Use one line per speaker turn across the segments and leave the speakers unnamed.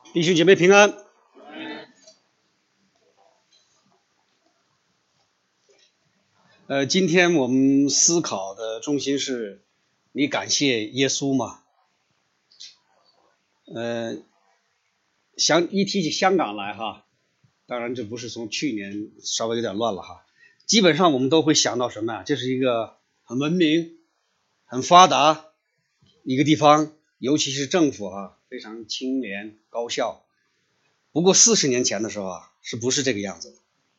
弟兄姐妹平安。今天我们思考的中心是：你感谢耶稣吗？一提起香港来哈，当然这不是从去年稍微有点乱了哈，基本上我们都会想到什么呀？这是一个很文明、很发达一个地方，尤其是政府非常清廉高效。不过40年前的时候是不是这个样子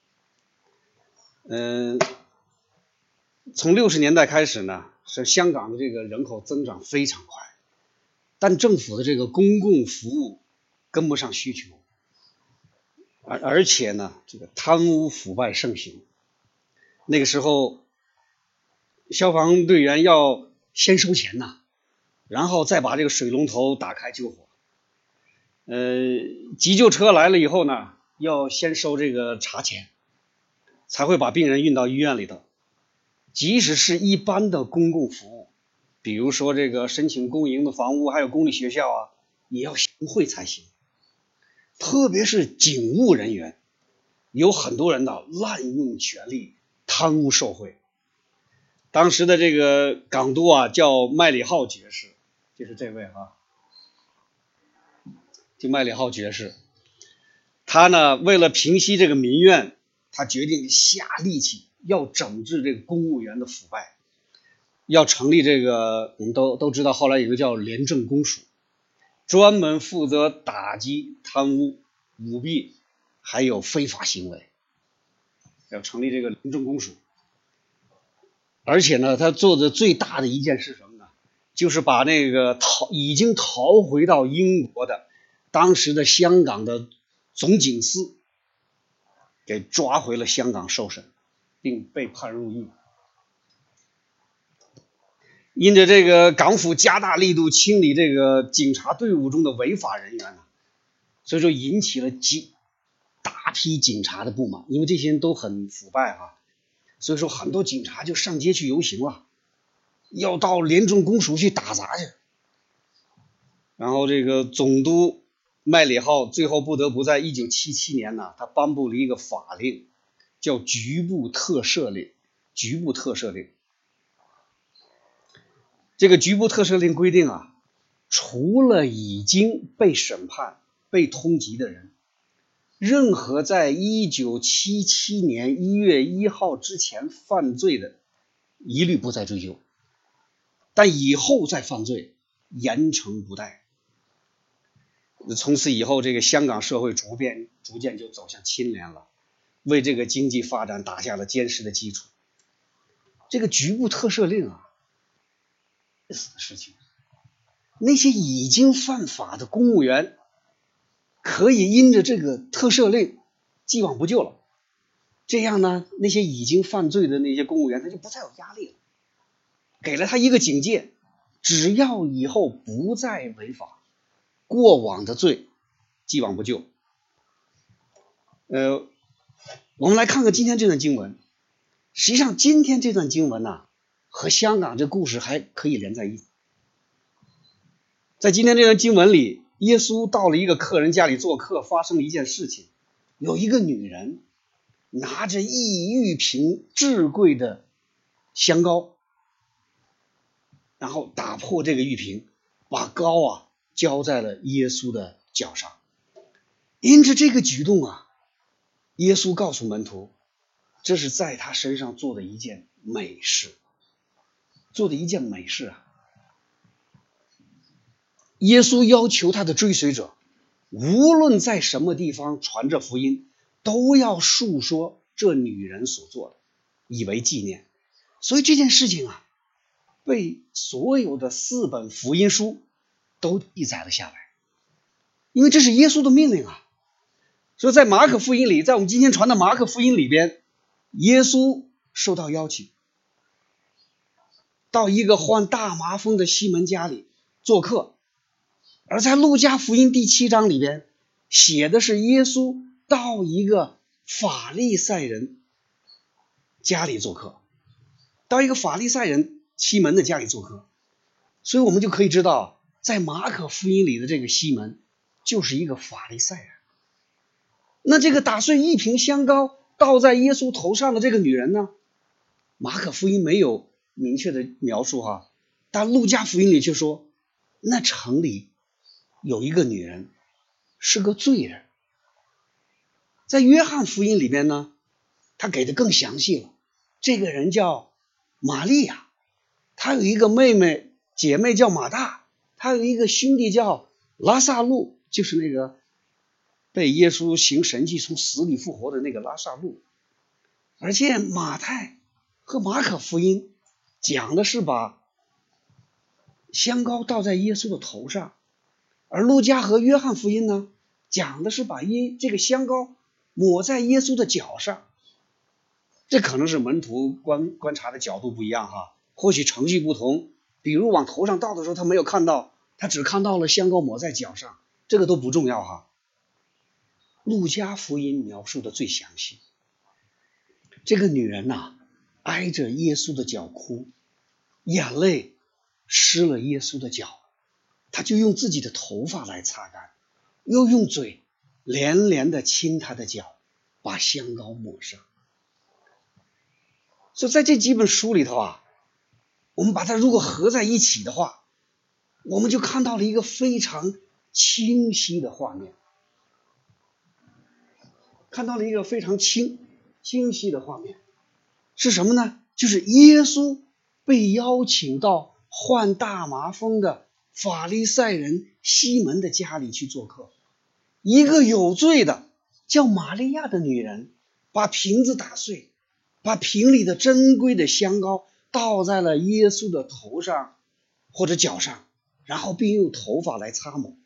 的？从60年代开始呢，是香港的这个人口增长非常快，但政府的这个公共服务跟不上需求，而且呢，这个贪污腐败盛行。那个时候，消防队员要先收钱呐，然后再把这个水龙头打开救火。急救车来了以后呢，要先收这个茶钱，才会把病人运到医院里头。即使是一般的公共服务，比如说这个申请公营的房屋，还有公立学校也要行贿才行。特别是警务人员，有很多人滥用权力，贪污受贿。当时的这个港督叫麦理浩爵士，就是这位就麦理浩爵士。他呢，为了平息这个民怨，他决定下力气要整治这个公务员的腐败，要成立这个我们都知道，后来有个叫廉政公署，专门负责打击贪污、舞弊还有非法行为，要成立这个廉政公署。而且呢，他做的最大的一件事什么呢？就是把那个已经逃回到英国的当时的香港的总警司给抓回了香港受审，并被判入狱。因着这个港府加大力度清理这个警察队伍中的违法人员所以说引起了大批警察的不满，因为这些人都很腐败所以说很多警察就上街去游行了，要到廉政公署去打砸去。然后这个总督麦理浩最后不得不在1977年他颁布了一个法令，叫局部特赦令。这个局部特赦令规定除了已经被审判、被通缉的人，任何在1977年1月1号之前犯罪的，一律不再追究，但以后再犯罪，严惩不贷。从此以后，这个香港社会逐渐就走向清廉了，为这个经济发展打下了坚实的基础。这个局部特赦令意思的事情，那些已经犯法的公务员可以因着这个特赦令既往不咎了，这样呢，那些已经犯罪的那些公务员他就不再有压力了，给了他一个警戒，只要以后不再违法，过往的罪既往不咎。我们来看看今天这段经文。实际上今天这段经文和香港这故事还可以连在一起。在今天这段经文里，耶稣到了一个客人家里做客，发生了一件事情。有一个女人拿着1玉瓶至贵的香膏，然后打破这个玉瓶，把膏浇在了耶稣的脚上。因着这个举动耶稣告诉门徒，这是在他身上做的一件美事。耶稣要求他的追随者，无论在什么地方传着福音，都要述说这女人所做的，以为纪念。所以这件事情被所有的4本福音书都记载了下来，因为这是耶稣的命令所以在马可福音里，在我们今天传的马可福音里边，耶稣受到邀请，到一个患大麻风的西门家里做客。而在路加福音第7章里边写的是耶稣到一个法利赛人家里做客，到一个法利赛人西门的家里做客。所以我们就可以知道，在马可福音里的这个西门就是一个法利赛人。那这个打碎一瓶香膏倒在耶稣头上的这个女人呢，马可福音没有明确的描述哈，但路加福音里却说，那城里有一个女人是个罪人。在约翰福音里边呢，他给的更详细了，这个人叫玛利亚，她有一个姐妹叫马大，她有一个兄弟叫拉撒路，就是那个被耶稣行神迹从死里复活的那个拉撒路。而且马太和马可福音讲的是把香膏倒在耶稣的头上，而路加和约翰福音呢，讲的是把这个香膏抹在耶稣的脚上。这可能是门徒观察的角度不一样哈，或许程序不同，比如往头上倒的时候他没有看到，他只看到了香膏抹在脚上，这个都不重要哈。路加福音描述的最详细，这个女人呐，挨着耶稣的脚哭，眼泪湿了耶稣的脚，她就用自己的头发来擦干，又用嘴连连的亲他的脚，把香膏抹上。所以在这几本书里头啊，我们把它如果合在一起的话，我们就看到了一个非常清晰的画面，看到了一个非常清晰的画面是什么呢？就是耶稣被邀请到患大麻风的法利赛人西门的家里去做客，一个有罪的叫玛利亚的女人把瓶子打碎，把瓶里的珍贵的香膏倒在了耶稣的头上或者脚上，然后并用头发来擦抹。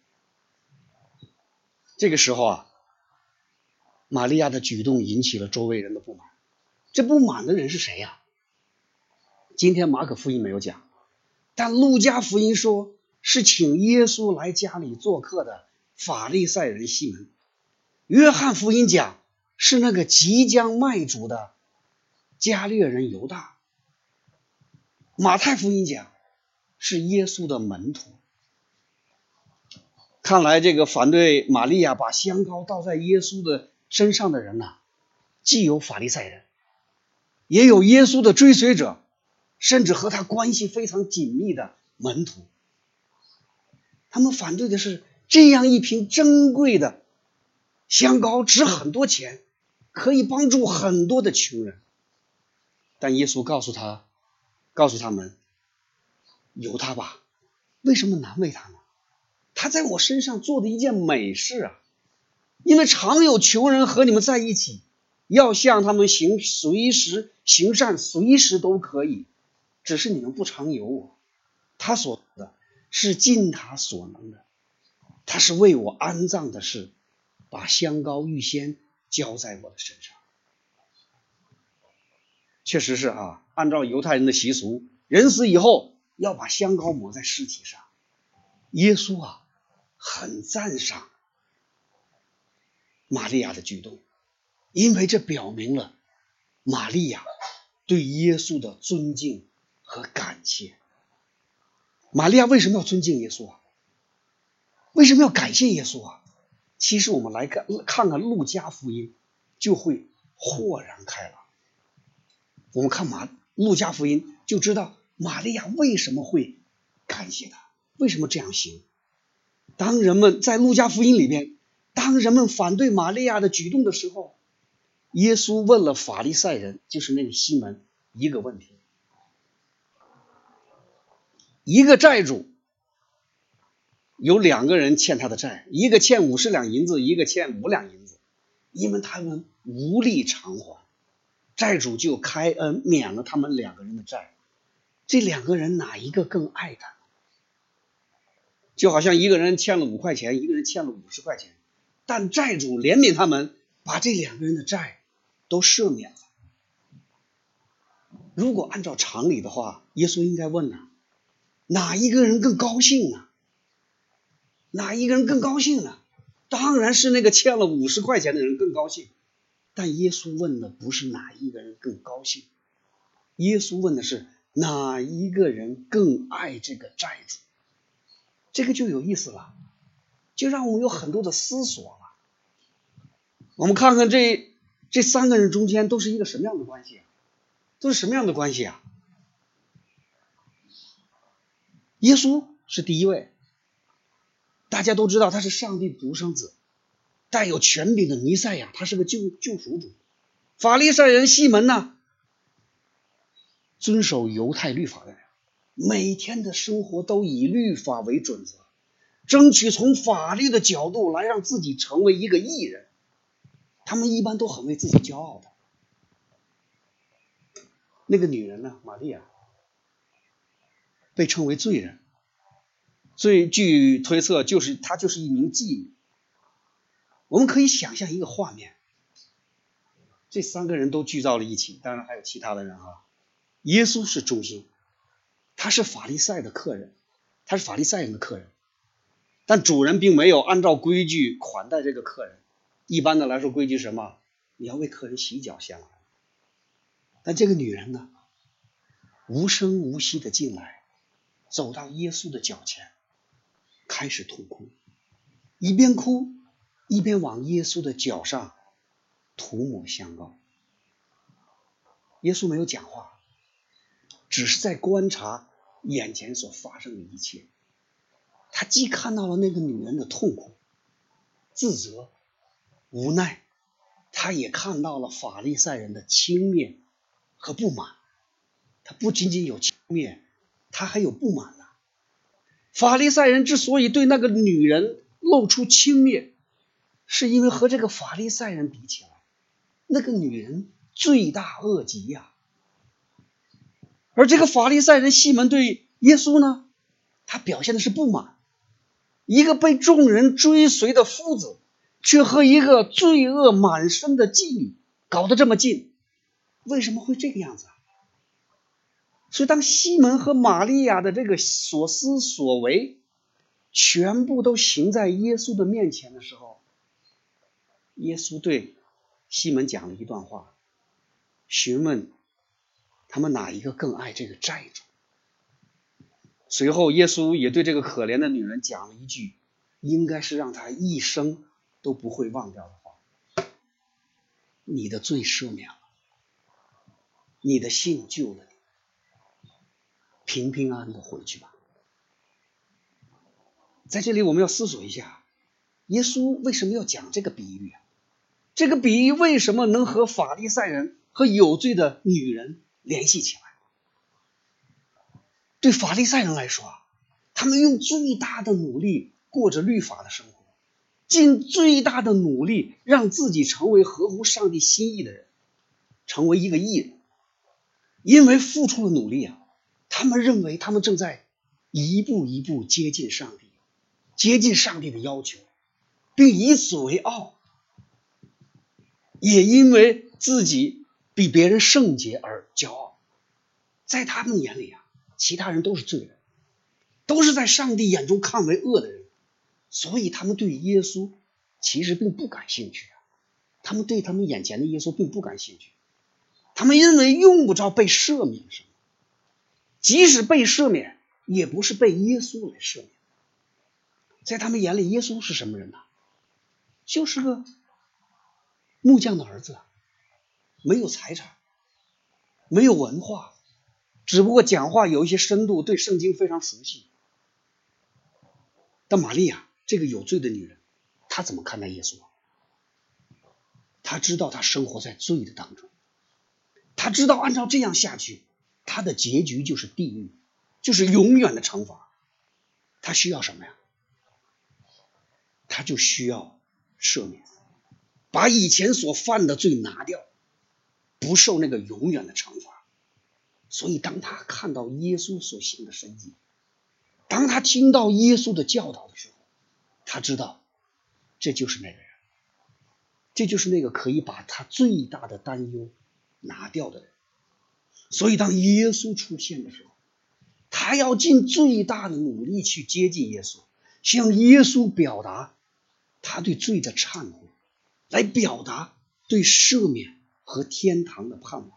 这个时候啊，玛利亚的举动引起了周围人的不满。这不满的人是谁呀？今天马可福音没有讲，但路加福音说是请耶稣来家里做客的法利赛人西门。约翰福音讲是那个即将卖主的加略人犹大。马太福音讲是耶稣的门徒。看来这个反对玛利亚把香膏倒在耶稣的身上的人呢，既有法利赛人，也有耶稣的追随者，甚至和他关系非常紧密的门徒。他们反对的是这样一瓶珍贵的香膏值很多钱，可以帮助很多的穷人。但耶稣告诉他们，由他吧，为什么难为他呢？他在我身上做的一件美事啊！因为常有穷人和你们在一起，要向他们随时行善，随时都可以，只是你们不常有我。他所做的是尽他所能的，他是为我安葬的事，把香膏预先浇在我的身上。确实是啊，按照犹太人的习俗，人死以后要把香膏抹在尸体上。耶稣啊，很赞赏玛利亚的举动，因为这表明了玛利亚对耶稣的尊敬和感谢。玛利亚为什么要尊敬耶稣啊？为什么要感谢耶稣啊？其实我们来看看路加福音，就会豁然开朗。我们看路加福音就知道玛利亚为什么会感谢他，为什么这样行。当人们在路加福音里边，当人们反对玛利亚的举动的时候，耶稣问了法利赛人，就是那个西门一个问题。一个债主有2个人欠他的债，一个欠50两银子，一个欠5两银子，因为他们无力偿还，债主就开恩免了他们2个人的债。这2个人哪一个更爱他？就好像一个人欠了5块钱，一个人欠了50块钱，但债主怜悯他们，把这2个人的债都赦免了。如果按照常理的话，耶稣应该问呢，哪一个人更高兴呢？哪一个人更高兴呢？当然是那个欠了50块钱的人更高兴。但耶稣问的不是哪一个人更高兴，耶稣问的是哪一个人更爱这个债主。这个就有意思了。 就让我们有很多的思索了。我们看看这三个人中间都是一个什么样的关系啊？都是什么样的关系啊？耶稣是第一位，大家都知道他是上帝独生子，带有权柄的弥赛亚，他是个救赎主。法利赛人西门呢，遵守犹太律法的人，每天的生活都以律法为准则，争取从法律的角度来让自己成为一个义人。他们一般都很为自己骄傲的。那个女人呢，玛利亚，被称为罪人，据推测她就是一名妓女。我们可以想象一个画面，这三个人都聚到了一起，当然还有其他的人啊。耶稣是中心，他是法利赛的客人，他是法利赛人的客人，但主人并没有按照规矩款待这个客人。一般的来说，规矩是什么？你要为客人洗脚先来。但这个女人呢，无声无息的进来，走到耶稣的脚前，开始痛哭，一边哭一边往耶稣的脚上涂抹香膏。耶稣没有讲话，只是在观察眼前所发生的一切。他既看到了那个女人的痛苦、自责、无奈，他也看到了法利赛人的轻蔑和不满。他不仅仅有轻蔑，他还有不满呢。法利赛人之所以对那个女人露出轻蔑，是因为和这个法利赛人比起来，那个女人罪大恶极呀。而这个法利赛人西门对耶稣呢，他表现的是不满。一个被众人追随的夫子，却和一个罪恶满身的妓女搞得这么近，为什么会这个样子啊？所以当西门和玛利亚的这个所思所为全部都行在耶稣的面前的时候，耶稣对西门讲了一段话，询问他们哪一个更爱这个债主。随后耶稣也对这个可怜的女人讲了一句应该是让她一生都不会忘掉的话：你的罪赦免了，你的信救了你，平平安安的回去吧。在这里我们要思索一下，耶稣为什么要讲这个比喻啊？这个比喻为什么能和法利赛人和有罪的女人联系起来？对法利赛人来说，他们用最大的努力过着律法的生活，尽最大的努力让自己成为合乎上帝心意的人，成为一个义人。因为付出了努力啊，他们认为他们正在一步一步接近上帝，接近上帝的要求，并以此为傲。也因为自己比别人圣洁而骄傲。在他们眼里啊，其他人都是罪人，都是在上帝眼中看为恶的人，所以他们对耶稣其实并不感兴趣啊。他们对他们眼前的耶稣并不感兴趣，他们认为用不着被赦免什么，即使被赦免，也不是被耶稣来赦免。在他们眼里，耶稣是什么人呢？就是个木匠的儿子，没有财产，没有文化，只不过讲话有一些深度，对圣经非常熟悉。但玛利亚这个有罪的女人，她怎么看待耶稣？她知道她生活在罪的当中，她知道按照这样下去，她的结局就是地狱，就是永远的惩罚。她需要什么呀？她就需要赦免，把以前所犯的罪拿掉，不受那个永远的惩罚。所以当他看到耶稣所行的神迹，当他听到耶稣的教导的时候，他知道这就是那个人，这就是那个可以把他最大的担忧拿掉的人。所以当耶稣出现的时候，他要尽最大的努力去接近耶稣，向耶稣表达他对罪的忏悔，来表达对赦免和天堂的盼望。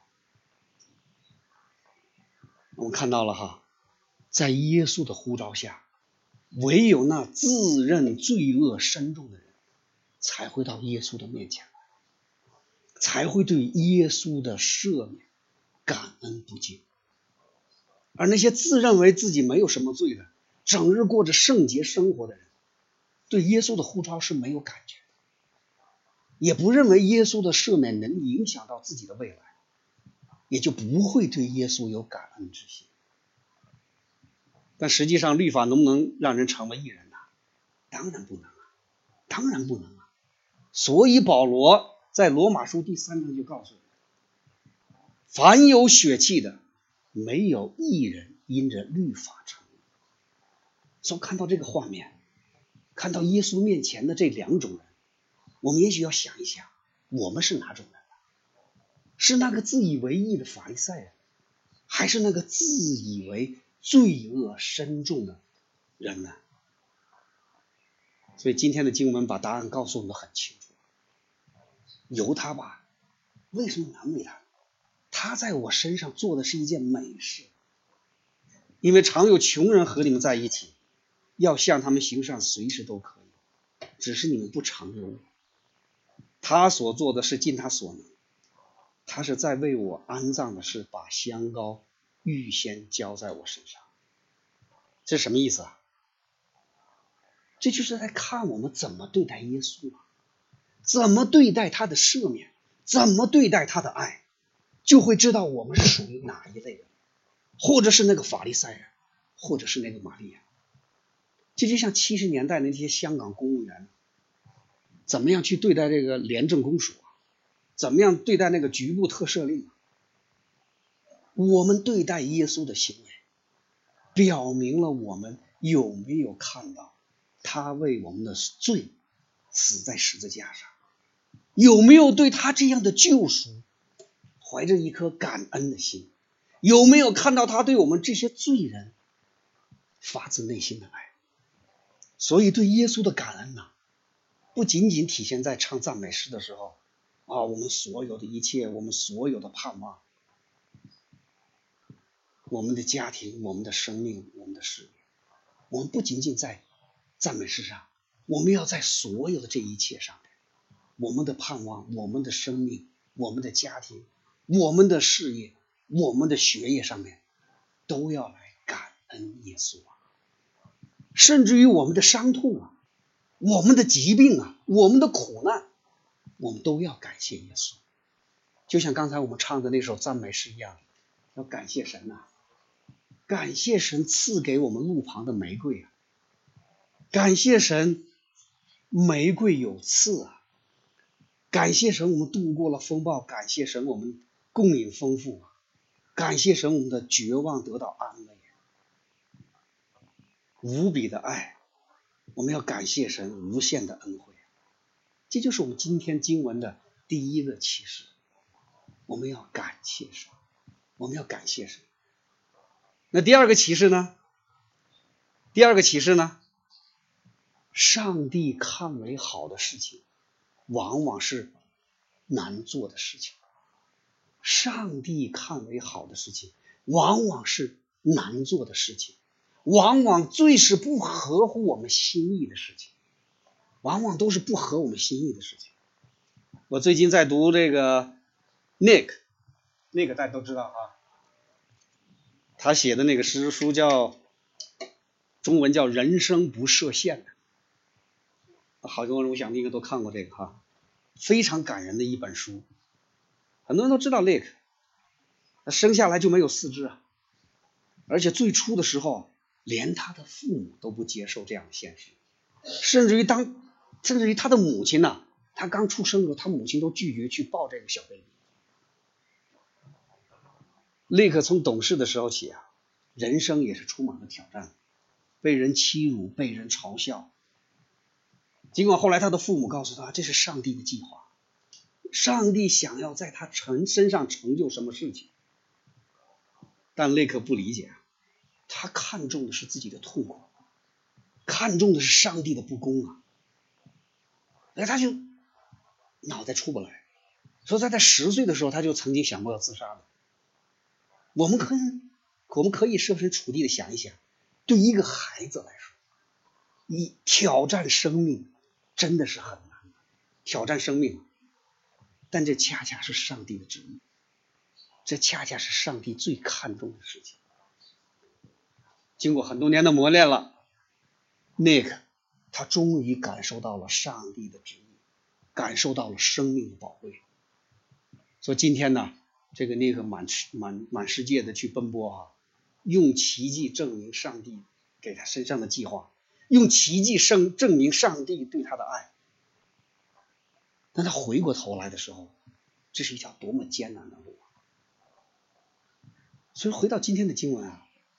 我们看到了在耶稣的呼召下， 唯有那自认罪恶深重的人才会到耶稣的面前来，才会对耶稣的赦免感恩不尽。而那些自认为自己没有什么罪的，整日过着圣洁生活的人，对耶稣的呼召是没有感觉的，也不认为耶稣的赦免能影响到自己的未来，也就不会对耶稣有感恩之心。但实际上律法能不能让人成为义人呢？当然不能啊，当然不能啊。所以保罗在罗马书第3章就告诉我们，凡有血气的，没有一人因着律法成义。所以看到这个画面，看到耶稣面前的这两种人，我们也许要想一想，我们是哪种人呢？是那个自以为义的法利赛人，还是那个自以为罪恶深重的人呢？所以今天的经文把答案告诉我们很清楚，由他吧，为什么难为他？他在我身上做的是一件美事，因为常有穷人和你们在一起，要向他们行善，随时都可以，只是你们不常有。他所做的是尽他所能，他是在为我安葬的事把香膏预先浇在我身上。这是什么意思啊？这就是在看我们怎么对待耶稣啊，怎么对待他的赦免，怎么对待他的爱，就会知道我们是属于哪一类人，或者是那个法利赛人，或者是那个玛利亚。这就像70年代那些香港公务员怎么样去对待这个廉政公署，怎么样对待那个局部特赦令。我们对待耶稣的行为表明了我们有没有看到他为我们的罪死在十字架上，有没有对他这样的救赎怀着一颗感恩的心，有没有看到他对我们这些罪人发自内心的爱。所以对耶稣的感恩呢，不仅仅体现在唱赞美诗的时候啊，我们所有的一切，我们所有的盼望，我们的家庭，我们的生命，我们的事业，我们不仅仅在赞美诗上，我们要在所有的这一切上面，我们的盼望，我们的生命，我们的家庭，我们的事业，我们的学业上面，都要来感恩耶稣啊。甚至于我们的伤痛啊，我们的疾病啊，我们的苦难，我们都要感谢耶稣。就像刚才我们唱的那首赞美诗一样，要感谢神啊，感谢神赐给我们路旁的玫瑰啊，感谢神玫瑰有刺啊，感谢神我们度过了风暴，感谢神我们供应丰富啊，感谢神我们的绝望得到安慰，无比的爱，我们要感谢神无限的恩惠。这就是我们今天经文的第一个启示，我们要感谢神，我们要感谢神。那第二个启示呢？上帝看为好的事情往往是难做的事情，上帝看为好的事情往往是难做的事情，往往最是不合乎我们心意的事情，往往都是不合我们心意的事情。我最近在读这个 Nick 大家都知道啊，他写的那个诗书中文叫人生不设限的，好多人我想应该都看过这个哈，非常感人的一本书。很多人都知道 Nick 他生下来就没有四肢啊，而且最初的时候连他的父母都不接受这样的现实，甚至于他的母亲呢，他刚出生的时候他母亲都拒绝去抱这个小 baby。 Nick 从懂事的时候起啊，人生也是充满了挑战，被人欺辱，被人嘲笑。尽管后来他的父母告诉他这是上帝的计划，上帝想要在他身上成就什么事情，但雷克不理解，他看重的是自己的痛苦，看重的是上帝的不公啊，那他就脑袋出不来，说在他10岁的时候他就曾经想过要自杀的。我们可以设身处地的想一想，对一个孩子来说， 挑战生命真的是很难，挑战生命，但这恰恰是上帝的旨意，这恰恰是上帝最看重的事情。经过很多年的磨练了，Nick 他终于感受到了上帝的旨意，感受到了生命的宝贵。所以今天呢，这个 Nick 满世界的去奔波用奇迹证明上帝给他身上的计划，用奇迹证明上帝对他的爱。但他回过头来的时候，这是一条多么艰难的路啊！所以回到今天的经文，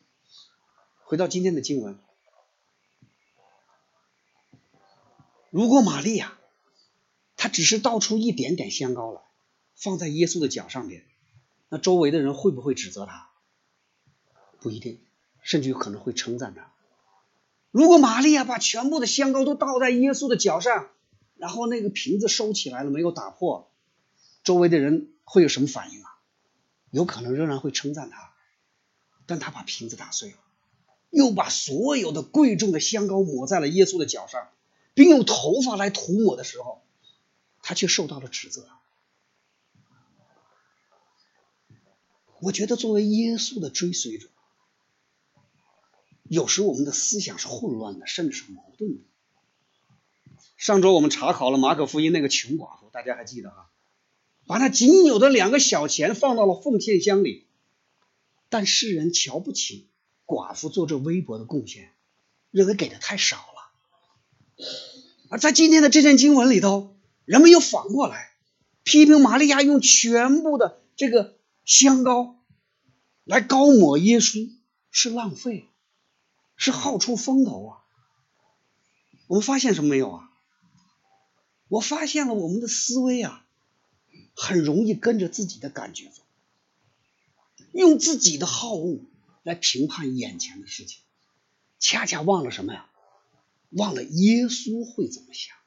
如果玛利亚她只是倒出一点点香膏来，放在耶稣的脚上面，那周围的人会不会指责他？不一定，甚至有可能会称赞他。如果玛利亚把全部的香膏都倒在耶稣的脚上，然后那个瓶子收起来了，没有打破，周围的人会有什么反应啊？有可能仍然会称赞他，但他把瓶子打碎了，又把所有的贵重的香膏抹在了耶稣的脚上，并用头发来涂抹的时候，他却受到了指责。我觉得作为耶稣的追随者，有时我们的思想是混乱的，甚至是矛盾的。上周我们查考了马可福音那个穷寡妇，大家还记得把那仅有的2个小钱放到了奉献箱里，但世人瞧不起寡妇做这微薄的贡献，认为给的太少了。而在今天的这件经文里头，人们又反过来批评玛利亚用全部的这个香膏来膏抹耶稣是浪费，是好出风头啊！我们发现什么没有啊？我发现了我们的思维很容易跟着自己的感觉走，用自己的好恶来评判眼前的事情，恰恰忘了什么呀？忘了耶稣会怎么想，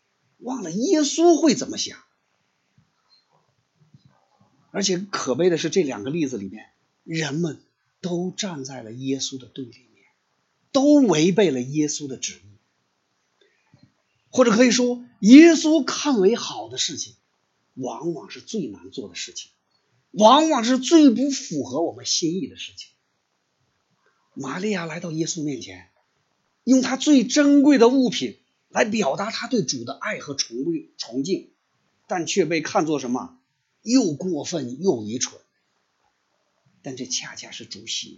而且可悲的是，这2个例子里面，人们都站在了耶稣的对立面，都违背了耶稣的旨意。或者可以说，耶稣看为好的事情，往往是最难做的事情，往往是最不符合我们心意的事情。玛利亚来到耶稣面前，用她最珍贵的物品来表达她对主的爱和崇敬，但却被看作什么？又过分又愚蠢。但这恰恰是主喜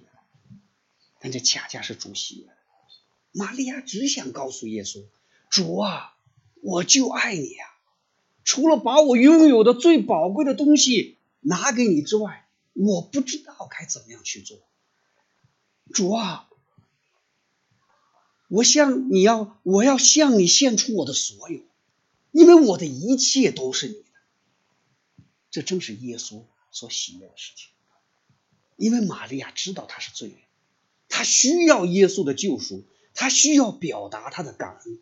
悦。玛利亚只想告诉耶稣，主啊，我就爱你啊！除了把我拥有的最宝贵的东西拿给你之外，我不知道该怎么样去做。主啊，我要向你献出我的所有，因为我的一切都是你的。这正是耶稣所喜悦的事情。因为玛利亚知道她是罪人，她需要耶稣的救赎，她需要表达她的感恩。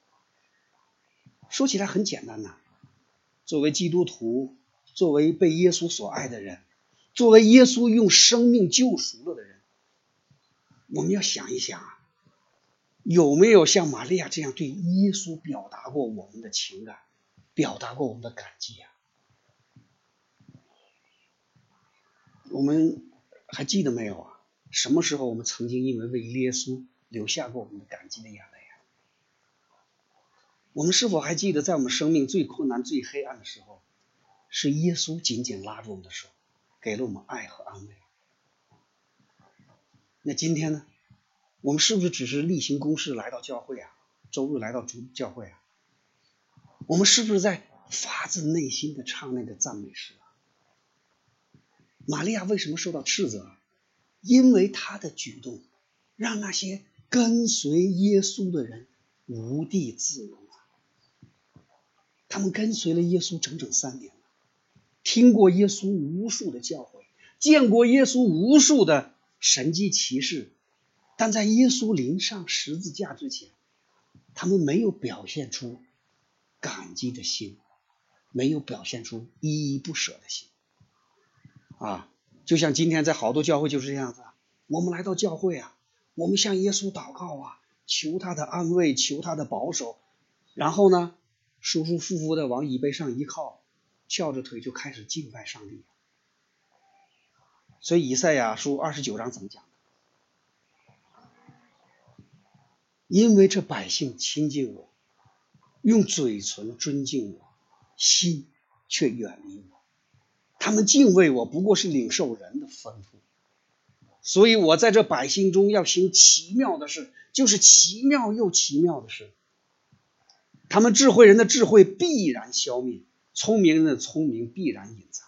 说起来很简单作为基督徒，作为被耶稣所爱的人，作为耶稣用生命救赎了的人，我们要想一想有没有像玛利亚这样对耶稣表达过我们的情感，表达过我们的感激我们还记得没有什么时候我们曾经因为为耶稣流下过我们的感激的眼泪我们是否还记得，在我们生命最困难最黑暗的时候，是耶稣紧紧拉住我们的手，给了我们爱和安慰。那今天呢，我们是不是只是例行公事来到教会周日来到教会我们是不是在发自内心的唱那个赞美诗玛利亚为什么受到斥责？因为她的举动让那些跟随耶稣的人无地自容他们跟随了耶稣整整3年听过耶稣无数的教诲，见过耶稣无数的神迹奇事，但在耶稣临上十字架之前，他们没有表现出感激的心，没有表现出依依不舍的心就像今天在好多教会就是这样子我们来到教会我们向耶稣祷告求他的安慰，求他的保守，然后呢，舒舒服服的往椅背上一靠，翘着腿就开始敬拜上帝。所以以赛亚书29章怎么讲的？因为这百姓亲近我，用嘴唇尊敬我，心却远离我。他们敬畏我，不过是领受人的吩咐。所以我在这百姓中要行奇妙的事，就是奇妙又奇妙的事。他们智慧人的智慧必然消灭，聪明人的聪明必然隐藏。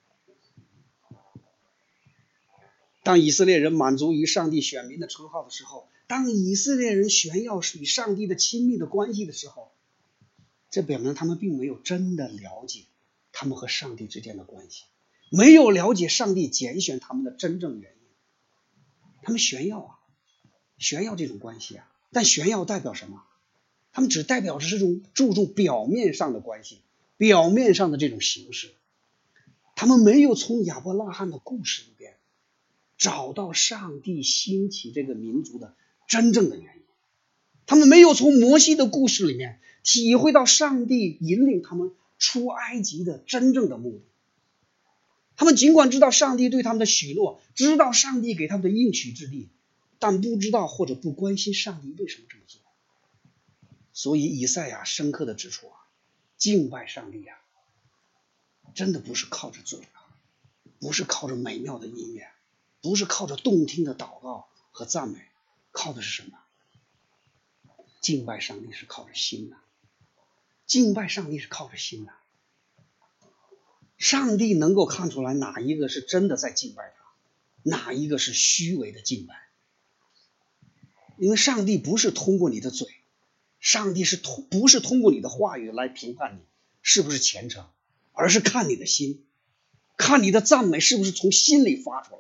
当以色列人满足于上帝选民的称号的时候，当以色列人炫耀与上帝的亲密的关系的时候，这表明他们并没有真的了解他们和上帝之间的关系，没有了解上帝拣选他们的真正原因。他们炫耀这种关系啊，但炫耀代表什么？他们只代表着这种注重表面上的关系，表面上的这种形式。他们没有从亚伯拉罕的故事里边找到上帝兴起这个民族的真正的原因。他们没有从摩西的故事里面体会到上帝引领他们出埃及的真正的目的。他们尽管知道上帝对他们的许诺，知道上帝给他们的应许之地，但不知道或者不关心上帝为什么这么做。所以以赛亚深刻的指出啊，敬拜上帝啊，真的不是靠着嘴啊，不是靠着美妙的音乐，不是靠着动听的祷告和赞美，靠的是什么？敬拜上帝是靠着心的，敬拜上帝是靠着心的。上帝能够看出来哪一个是真的在敬拜他，哪一个是虚伪的敬拜。因为上帝不是通过你的嘴，上帝不是通过你的话语来评判你是不是虔诚，而是看你的心，看你的赞美是不是从心里发出来。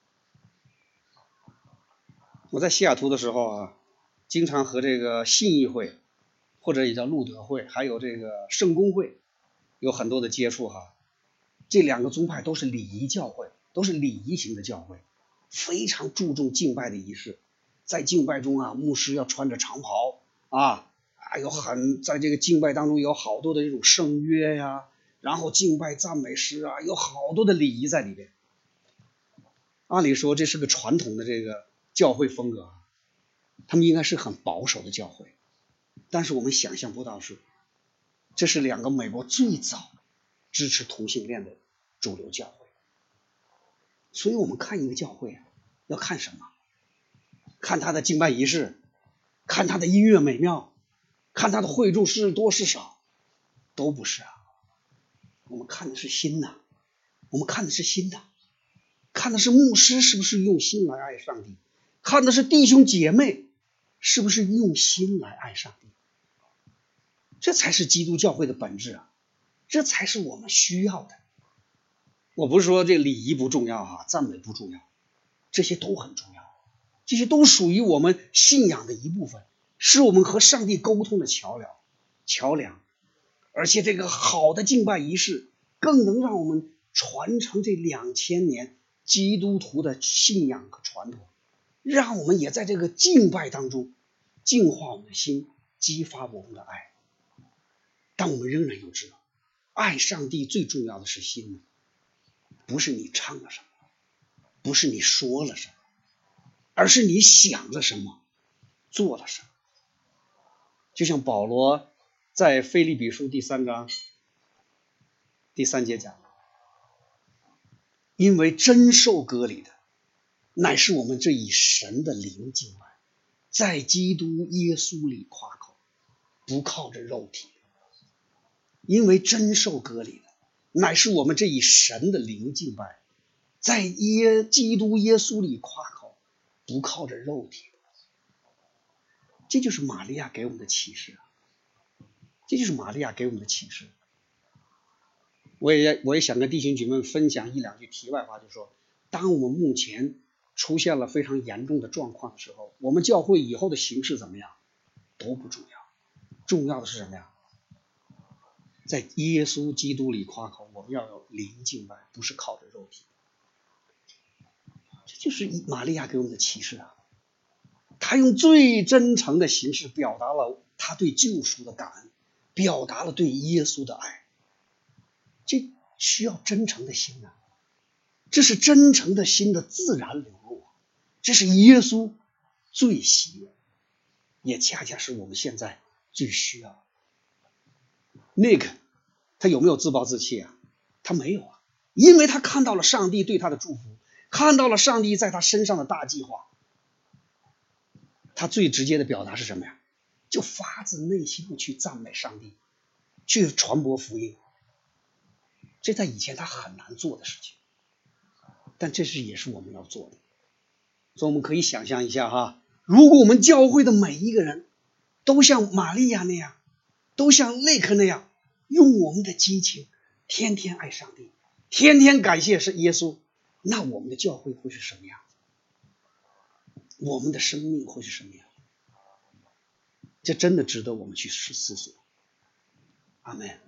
我在西雅图的时候啊，经常和这个信义会，或者也叫路德会，还有这个圣公会有很多的接触哈。这两个宗派都是礼仪教会，都是礼仪型的教会，非常注重敬拜的仪式。在敬拜中啊，牧师要穿着长袍啊，在这个敬拜当中有好多的这种圣乐呀，然后敬拜赞美诗啊，有好多的礼仪在里边。按理说这是个传统的这个教会风格，他们应该是很保守的教会，但是我们想象不到这是两个美国最早支持同性恋的主流教会。所以我们看一个教会啊，要看什么？看他的敬拜仪式，看他的音乐美妙，看他的会众是多是少，都不是啊。我们看的是心呐，我们看的是心的，看的是牧师是不是用心来爱上帝，看的是弟兄姐妹是不是用心来爱上帝。这才是基督教会的本质啊，这才是我们需要的。我不是说这礼仪不重要啊，赞美不重要，这些都很重要，这些都属于我们信仰的一部分，是我们和上帝沟通的桥梁。而且这个好的敬拜仪式更能让我们传承这2000年基督徒的信仰和传统，让我们也在这个敬拜当中净化我们的心，激发我们的爱。但我们仍然要知道，爱上帝最重要的是心，不是你唱了什么，不是你说了什么，而是你想了什么，做了什么。就像保罗在腓立比书第3章第3节讲，因为真受割礼的乃是我们这以神的灵敬拜，在基督耶稣里夸口，不靠着肉体。因为真受割礼的乃是我们这以神的灵敬拜，在基督耶稣里夸口，不靠着肉体。这就是玛利亚给我们的启示，这就是玛利亚给我们的启示。我也想跟弟兄姐妹们分享1、2句题外话，就是说，当我们目前出现了非常严重的状况的时候，我们教会以后的形式怎么样都不重要，重要的是什么呀？在耶稣基督里夸口，我们要有灵敬拜，不是靠着肉体。这就是玛利亚给我们的启示啊。 他用最真诚的形式表达了他对救赎的感恩，表达了对耶稣的爱。这需要真诚的心啊，这是真诚的心的自然流露，这是耶稣最喜悦，也恰恰是我们现在最需要的。Nick 他有没有自暴自弃啊？他没有啊，因为他看到了上帝对他的祝福，看到了上帝在他身上的大计划。他最直接的表达是什么呀？就发自内心的去赞美上帝，去传播福音。这在以前他很难做的事情，但这也是我们要做的。所以我们可以想象一下哈，如果我们教会的每一个人都像玛利亚那样，都像雷克那样，用我们的激情天天爱上帝，天天感谢是耶稣，那我们的教会会是什么样子？我们的生命会是什么样子？这真的值得我们去思索。阿们。